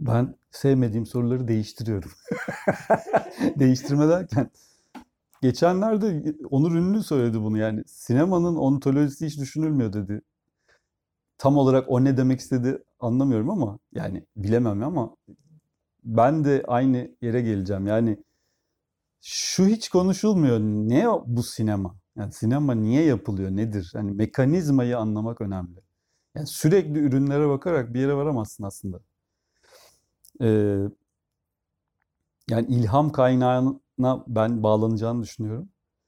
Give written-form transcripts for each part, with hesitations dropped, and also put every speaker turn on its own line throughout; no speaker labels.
Ben sevmediğim soruları değiştiriyorum. Değiştirme derken geçenlerde Onur Ünlü söyledi bunu, yani sinemanın ontolojisi hiç düşünülmüyor dedi. Tam olarak o ne demek istedi anlamıyorum ama yani bilemem ama ben de aynı yere geleceğim. Yani şu hiç konuşulmuyor. Ne bu sinema? Yani sinema niye yapılıyor? Nedir? Yani mekanizmayı anlamak önemli. Yani sürekli ürünlere bakarak bir yere varamazsın aslında. Ee, Yani ilham kaynağına ben bağlanacağını düşünüyorum.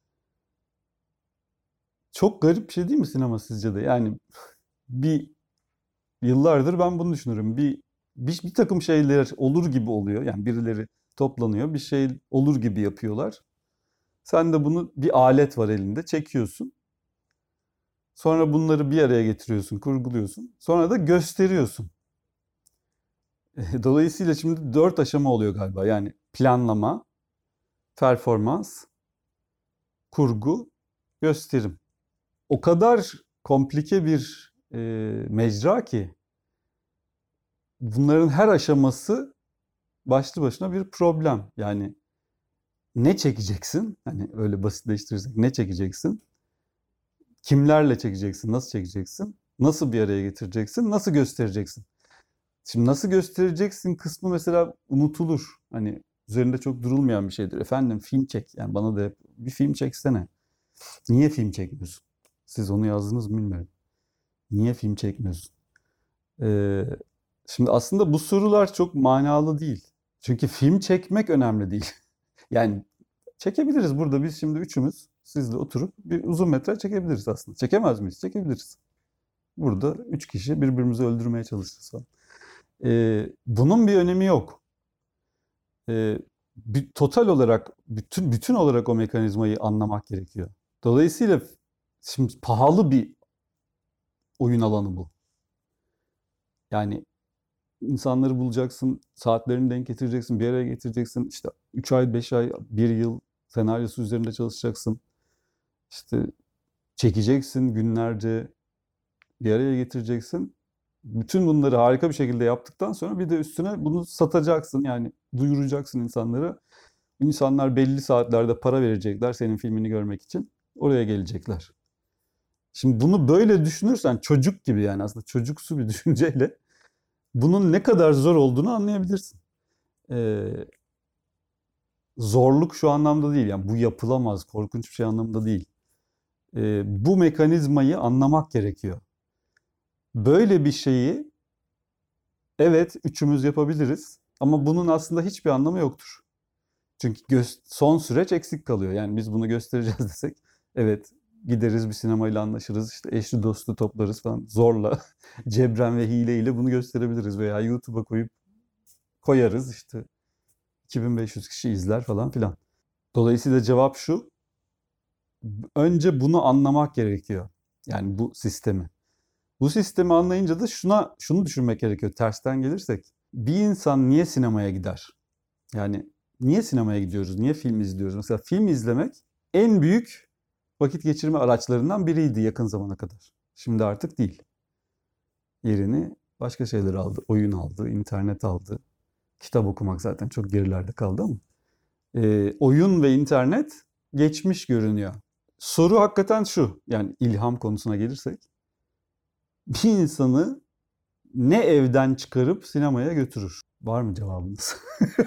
Çok garip bir şey değil mi sinema sizce de? Yani bir yıllardır ben bunu düşünürüm. Bir takım şeyler olur gibi oluyor. Yani birileri toplanıyor, bir şey olur gibi yapıyorlar. Sen de bunu bir alet var elinde çekiyorsun. Sonra bunları bir araya getiriyorsun, kurguluyorsun. Sonra da gösteriyorsun. Dolayısıyla şimdi 4 aşama oluyor galiba. Yani planlama, performans, kurgu, gösterim. O kadar komplike bir mecra ki bunların her aşaması başlı başına bir problem. Yani ne çekeceksin? Hani öyle basitleştirirsek ne çekeceksin? Kimlerle çekeceksin? Nasıl çekeceksin? Nasıl bir araya getireceksin? Nasıl göstereceksin? Şimdi nasıl göstereceksin kısmı mesela unutulur. Hani üzerinde çok durulmayan bir şeydir. Efendim film çek. Yani bana da hep bir film çeksene. Niye film çekmiyorsun? Siz onu yazdınız mı bilmiyorum. Niye film çekmiyorsun? Ee, Şimdi aslında bu sorular çok manalı değil. Çünkü film çekmek önemli değil. Yani çekebiliriz burada biz şimdi üçümüz sizle oturup bir uzun metraj çekebiliriz aslında. Çekemez miyiz? Çekebiliriz. Burada üç kişi birbirimizi öldürmeye çalışacağız falan. Bunun bir önemi yok. Total olarak, bütün olarak o mekanizmayı anlamak gerekiyor. Dolayısıyla şimdi pahalı bir oyun alanı bu. Yani insanları bulacaksın, saatlerini denk getireceksin, bir araya getireceksin. İşte 3 ay, 5 ay, bir yıl senaryosu üzerinde çalışacaksın. İşte çekeceksin günlerce, bir araya getireceksin. Bütün bunları harika bir şekilde yaptıktan sonra bir de üstüne bunu satacaksın. Yani duyuracaksın insanlara. İnsanlar belli saatlerde para verecekler senin filmini görmek için. Oraya gelecekler. Şimdi bunu böyle düşünürsen çocuk gibi, yani aslında çocuksu bir düşünceyle bunun ne kadar zor olduğunu anlayabilirsin. Ee, Zorluk şu anlamda değil, yani bu yapılamaz, korkunç bir şey anlamında değil. Bu mekanizmayı anlamak gerekiyor. Böyle bir şeyi evet üçümüz yapabiliriz ama bunun aslında hiçbir anlamı yoktur. Çünkü son süreç eksik kalıyor. Yani biz bunu göstereceğiz desek, evet gideriz bir sinemayla anlaşırız, işte eşli dostu toplarız falan, zorla cebren ve hileyle bunu gösterebiliriz veya YouTube'a koyarız, işte 2500 kişi izler falan filan. Dolayısıyla cevap şu: önce bunu anlamak gerekiyor. Yani bu sistemi. Bu sistemi anlayınca da şunu düşünmek gerekiyor tersten gelirsek. Bir insan niye sinemaya gider? Yani niye sinemaya gidiyoruz? Niye film izliyoruz? Mesela film izlemek en büyük vakit geçirme araçlarından biriydi yakın zamana kadar. Şimdi artık değil. Yerini başka şeyler aldı. Oyun aldı, internet aldı. Kitap okumak zaten çok gerilerde kaldı ama. Oyun ve internet geçmiş görünüyor. Soru hakikaten şu, yani ilham konusuna gelirsek. Bir insanı ne evden çıkarıp sinemaya götürür? Var mı cevabınız?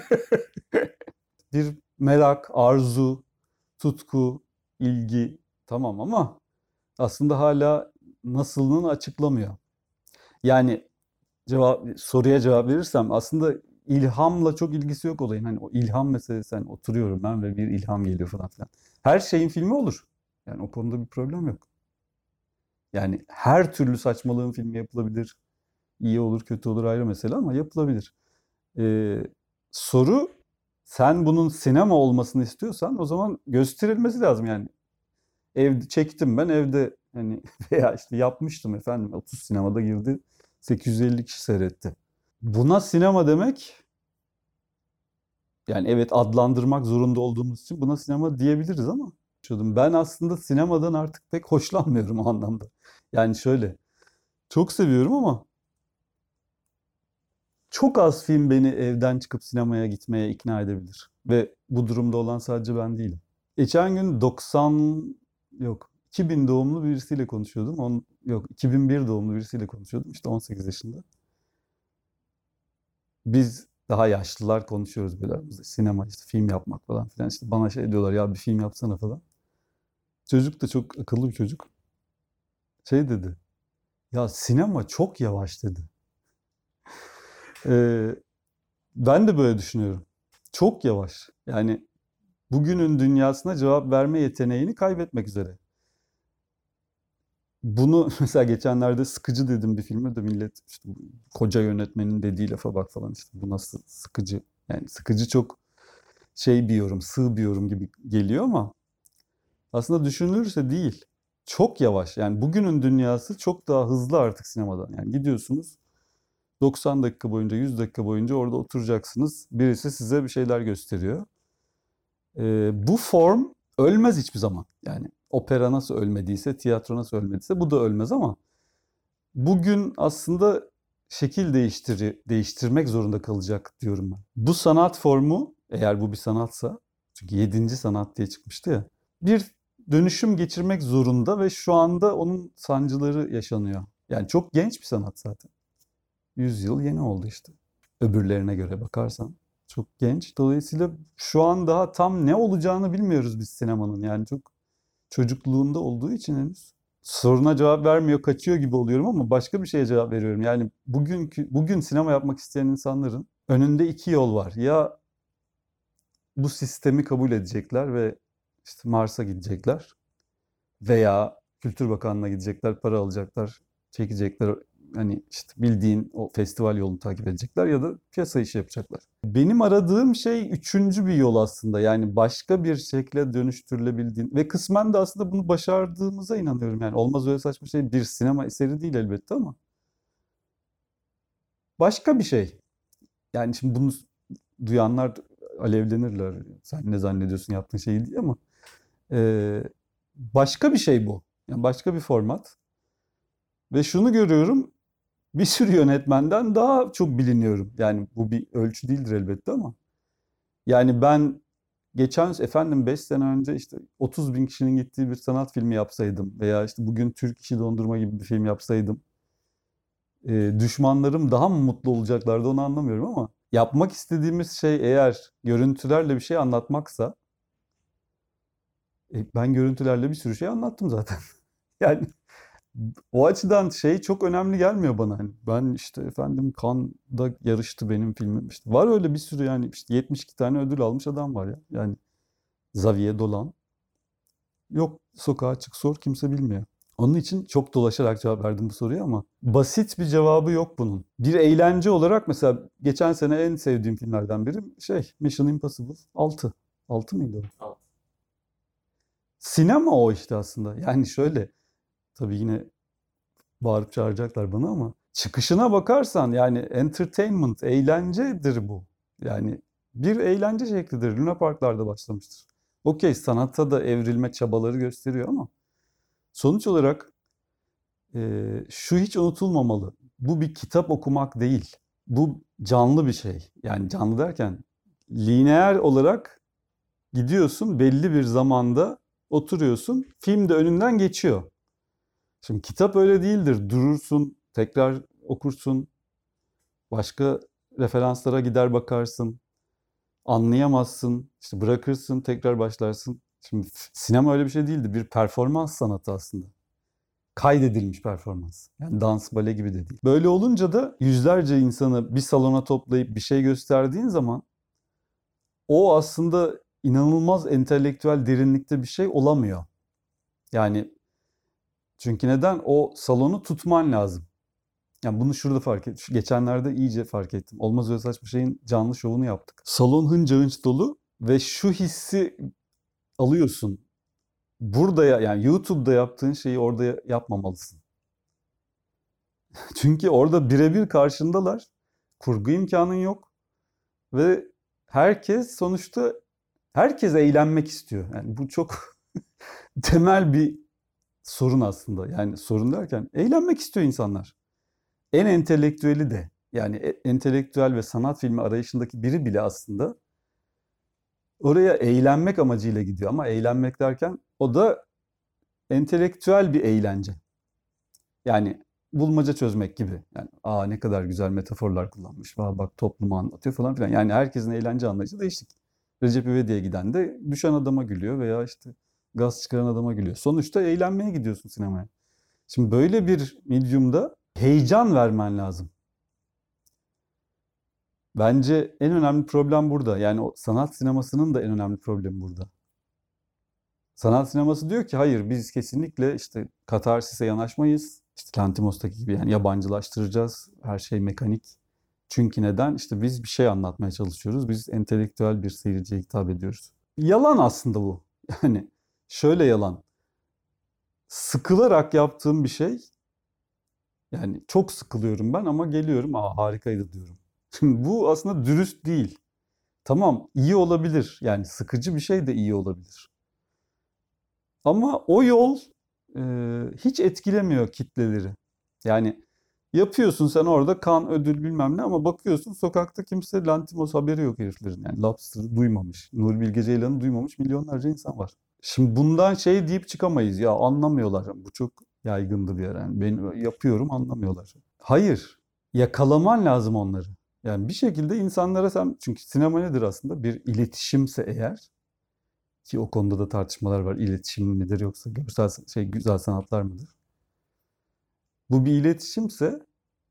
Bir merak, arzu, tutku, ilgi, tamam ama aslında hala nasılını açıklamıyor. Yani soruya cevap verirsem aslında ilhamla çok ilgisi yok olayın. Hani o ilham meselesi, hani oturuyorum ben ve bir ilham geliyor falan filan. Her şeyin filmi olur. Yani o konuda bir problem yok. Yani her türlü saçmalığın filmi yapılabilir. İyi olur, kötü olur ayrı mesele ama yapılabilir. Ee, Soru, sen bunun sinema olmasını istiyorsan o zaman gösterilmesi lazım yani. Evde çektim ben evde, hani veya işte yapmıştım efendim, 30 sinemada girdi, 850 kişi seyretti. Buna sinema demek, yani evet adlandırmak zorunda olduğumuz için buna sinema diyebiliriz ama ben aslında sinemadan artık pek hoşlanmıyorum o anlamda. Yani şöyle, çok seviyorum ama Çok az film beni evden çıkıp sinemaya gitmeye ikna edebilir. Ve bu durumda olan sadece ben değilim. Geçen gün 2000 doğumlu birisiyle konuşuyordum. 2001 doğumlu birisiyle konuşuyordum. İşte 18 yaşında. Biz daha yaşlılar konuşuyoruz böyle aramızda. Sinema, işte film yapmak falan filan. İşte bana şey diyorlar, ya bir film yapsana falan. Çocuk da çok akıllı bir çocuk. Şey dedi. Ya sinema çok yavaş dedi. Ee, Ben de böyle düşünüyorum. Çok yavaş. Yani bugünün dünyasına cevap verme yeteneğini kaybetmek üzere. Bunu mesela geçenlerde Sıkıcı dedim bir filme de millet işte koca yönetmenin dediği lafa bak falan, işte bu nasıl sıkıcı. Yani sıkıcı çok şey bir yorum, sığ bir yorum gibi geliyor ama aslında düşünülürse değil. Çok yavaş. Yani bugünün dünyası çok daha hızlı artık sinemadan. Yani gidiyorsunuz 90 dakika boyunca, 100 dakika boyunca orada oturacaksınız. Birisi size bir şeyler gösteriyor. Bu form ölmez hiçbir zaman. Yani opera nasıl ölmediyse, tiyatro nasıl ölmediyse bu da ölmez ama bugün aslında şekil değiştirmek zorunda kalacak diyorum ben. Bu sanat formu, eğer bu bir sanatsa, çünkü 7. sanat diye çıkmıştı ya, bir dönüşüm geçirmek zorunda ve şu anda onun sancıları yaşanıyor. Yani çok genç bir sanat zaten. 100 yıl yeni oldu işte. Öbürlerine göre bakarsan çok genç. Dolayısıyla şu an daha tam ne olacağını bilmiyoruz biz sinemanın. Yani çok çocukluğunda olduğu için henüz. Soruna cevap vermiyor, kaçıyor gibi oluyorum ama başka bir şeye cevap veriyorum. Yani bugün sinema yapmak isteyen insanların önünde iki yol var. Ya bu sistemi kabul edecekler ve işte Mars'a gidecekler veya Kültür Bakanlığı'na gidecekler, para alacaklar, çekecekler. Hani işte bildiğin o festival yolunu takip edecekler ya da piyasa işi yapacaklar. Benim aradığım şey üçüncü bir yol aslında. Yani başka bir şekle dönüştürülebildiğin ve kısmen de aslında bunu başardığımıza inanıyorum. Yani olmaz öyle saçma şey, bir sinema eseri değil elbette ama başka bir şey. Yani şimdi bunu duyanlar alevlenirler. Sen ne zannediyorsun yaptığın şeyi diye ama e, başka bir şey bu. Yani başka bir format. Ve şunu görüyorum, bir sürü yönetmenden daha çok biliniyorum. Yani bu bir ölçü değildir elbette ama. Yani ben efendim 5 sene önce işte 30 bin kişinin gittiği bir sanat filmi yapsaydım veya işte bugün Türk İşi Dondurma gibi bir film yapsaydım, düşmanlarım daha mı mutlu olacaklardı onu anlamıyorum ama yapmak istediğimiz şey eğer görüntülerle bir şey anlatmaksa, ben görüntülerle bir sürü şey anlattım zaten. Yani o açıdan şey çok önemli gelmiyor bana. Hani ben işte efendim Cannes'da yarıştı benim filmim. İşte var öyle bir sürü, yani işte 72 tane ödül almış adam var ya. Yani Xavier Dolan. Yok, sokağa çık sor, kimse bilmiyor. Onun için çok dolaşarak cevap verdim bu soruya ama basit bir cevabı yok bunun. Bir eğlence olarak mesela geçen sene en sevdiğim filmlerden biri Mission Impossible 6. 6 mıydı o?
Alt.
Sinema o işte aslında. Yani şöyle, tabii yine bağırıp çağıracaklar bana ama çıkışına bakarsan yani entertainment, eğlencedir bu. Yani bir eğlence şeklidir. Luna Parklarda başlamıştır. Okey, sanata da evrilme çabaları gösteriyor ama sonuç olarak şu hiç unutulmamalı. Bu bir kitap okumak değil. Bu canlı bir şey. Yani canlı derken lineer olarak gidiyorsun, belli bir zamanda oturuyorsun. Film de önünden geçiyor. Şimdi kitap öyle değildir. Durursun, tekrar okursun, başka referanslara gider bakarsın, anlayamazsın, işte bırakırsın, tekrar başlarsın. Şimdi sinema öyle bir şey değildi. Bir performans sanatı aslında. Kaydedilmiş performans. Yani dans, bale gibi de değil. Böyle olunca da yüzlerce insanı bir salona toplayıp bir şey gösterdiğin zaman o aslında inanılmaz entelektüel derinlikte bir şey olamıyor. Yani çünkü neden? O salonu tutman lazım. Yani bunu şurada fark ettim. Geçenlerde iyice fark ettim. Olmaz öyle saçma şeyin canlı şovunu yaptık. Salon hınca hınç dolu ve şu hissi alıyorsun. Burada yani YouTube'da yaptığın şeyi orada yapmamalısın. Çünkü orada birebir karşındalar. Kurgu imkanın yok ve sonuçta herkes eğlenmek istiyor. Yani bu çok temel bir sorun aslında. Yani sorun derken eğlenmek istiyor insanlar. En entelektüeli de. Yani entelektüel ve sanat filmi arayışındaki biri bile aslında oraya eğlenmek amacıyla gidiyor. Ama eğlenmek derken o da entelektüel bir eğlence. Yani bulmaca çözmek gibi. Yani ne kadar güzel metaforlar kullanmış. Bak toplumu anlatıyor falan filan. Yani herkesin eğlence anlayışı değişik. Recep İvedik'e giden de düşen adama gülüyor veya işte gaz çıkaran adama gülüyor. Sonuçta eğlenmeye gidiyorsun sinemaya. Şimdi böyle bir medyumda heyecan vermen lazım. Bence en önemli problem burada. Yani o sanat sinemasının da en önemli problemi burada. Sanat sineması diyor ki hayır biz kesinlikle işte katarsise yanaşmayız. İşte Lanthimos'taki gibi yani yabancılaştıracağız. Her şey mekanik. Çünkü neden? İşte biz bir şey anlatmaya çalışıyoruz. Biz entelektüel bir seyirciye hitap ediyoruz. Yalan aslında bu. Yani şöyle yalan. Sıkılarak yaptığım bir şey. Yani çok sıkılıyorum ben ama geliyorum. Harikaydı diyorum. Şimdi bu aslında dürüst değil. Tamam iyi olabilir. Yani sıkıcı bir şey de iyi olabilir. Ama o yol hiç etkilemiyor kitleleri. Yani yapıyorsun sen orada kan, ödül bilmem ne ama bakıyorsun sokakta kimse Lanthimos haberi yok heriflerin. Yani Lobster'ı duymamış, Nuri Bilge Ceylan'ı duymamış milyonlarca insan var. Şimdi bundan şey deyip çıkamayız ya anlamıyorlar. Bu çok yaygındı bir ara. Yani ben yapıyorum anlamıyorlar. Hayır, yakalaman lazım onları. Yani bir şekilde insanlara sen çünkü sinema nedir aslında? Bir iletişimse eğer ki o konuda da tartışmalar var. İletişim midir yoksa görsel güzel sanatlar mıdır? Bu bir iletişimse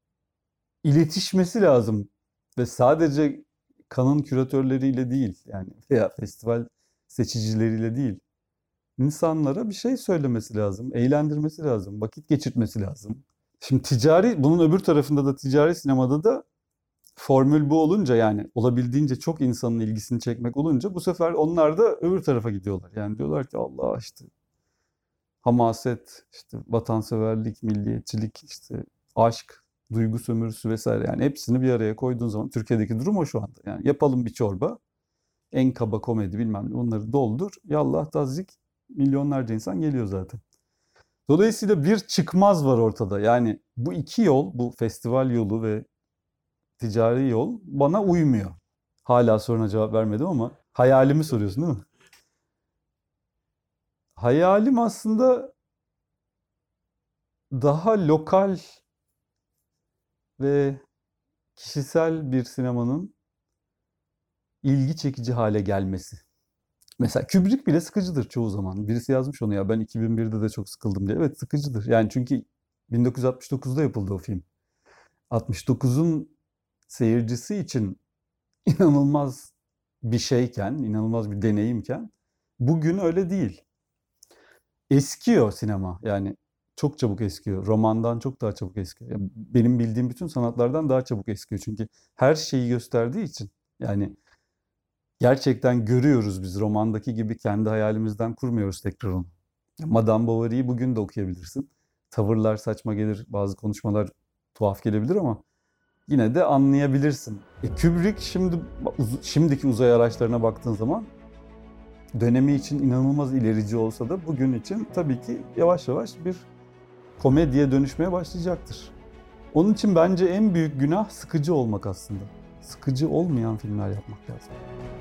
iletişmesi lazım ve sadece kanın küratörleriyle değil yani veya festival seçicileriyle değil. İnsanlara bir şey söylemesi lazım, eğlendirmesi lazım, vakit geçirtmesi lazım. Şimdi bunun öbür tarafında da ticari sinemada da formül bu olunca yani olabildiğince çok insanın ilgisini çekmek olunca bu sefer onlar da öbür tarafa gidiyorlar. Yani diyorlar ki Allah işte hamaset, işte vatanseverlik, milliyetçilik, işte aşk, duygu sömürüsü vesaire yani hepsini bir araya koyduğun zaman Türkiye'deki durum o şu anda. Yani yapalım bir çorba, en kaba komedi bilmem ne onları doldur, yallah tazik milyonlarca insan geliyor zaten. Dolayısıyla bir çıkmaz var ortada. Yani bu iki yol, bu festival yolu ve ticari yol bana uymuyor. Hala soruna cevap vermedim ama hayalimi soruyorsun değil mi? Hayalim aslında daha lokal ve kişisel bir sinemanın ilgi çekici hale gelmesi. Mesela Kubrick bile sıkıcıdır çoğu zaman. Birisi yazmış onu ya ben 2001'de de çok sıkıldım diye. Evet sıkıcıdır. Yani çünkü 1969'da yapıldı o film. 69'un seyircisi için inanılmaz bir şeyken, inanılmaz bir deneyimken bugün öyle değil. Eskiyor sinema. Yani çok çabuk eskiyor. Romandan çok daha çabuk eskiyor. Yani benim bildiğim bütün sanatlardan daha çabuk eskiyor. Çünkü her şeyi gösterdiği için. Yani gerçekten görüyoruz biz romandaki gibi kendi hayalimizden kurmuyoruz tekrar onu. Madame Bovary'yi bugün de okuyabilirsin. Tavırlar saçma gelir, bazı konuşmalar tuhaf gelebilir ama yine de anlayabilirsin. Kubrick şimdiki uzay araçlarına baktığın zaman dönemi için inanılmaz ilerici olsa da bugün için tabii ki yavaş yavaş bir komediye dönüşmeye başlayacaktır. Onun için bence en büyük günah sıkıcı olmak aslında. Sıkıcı olmayan filmler yapmak lazım.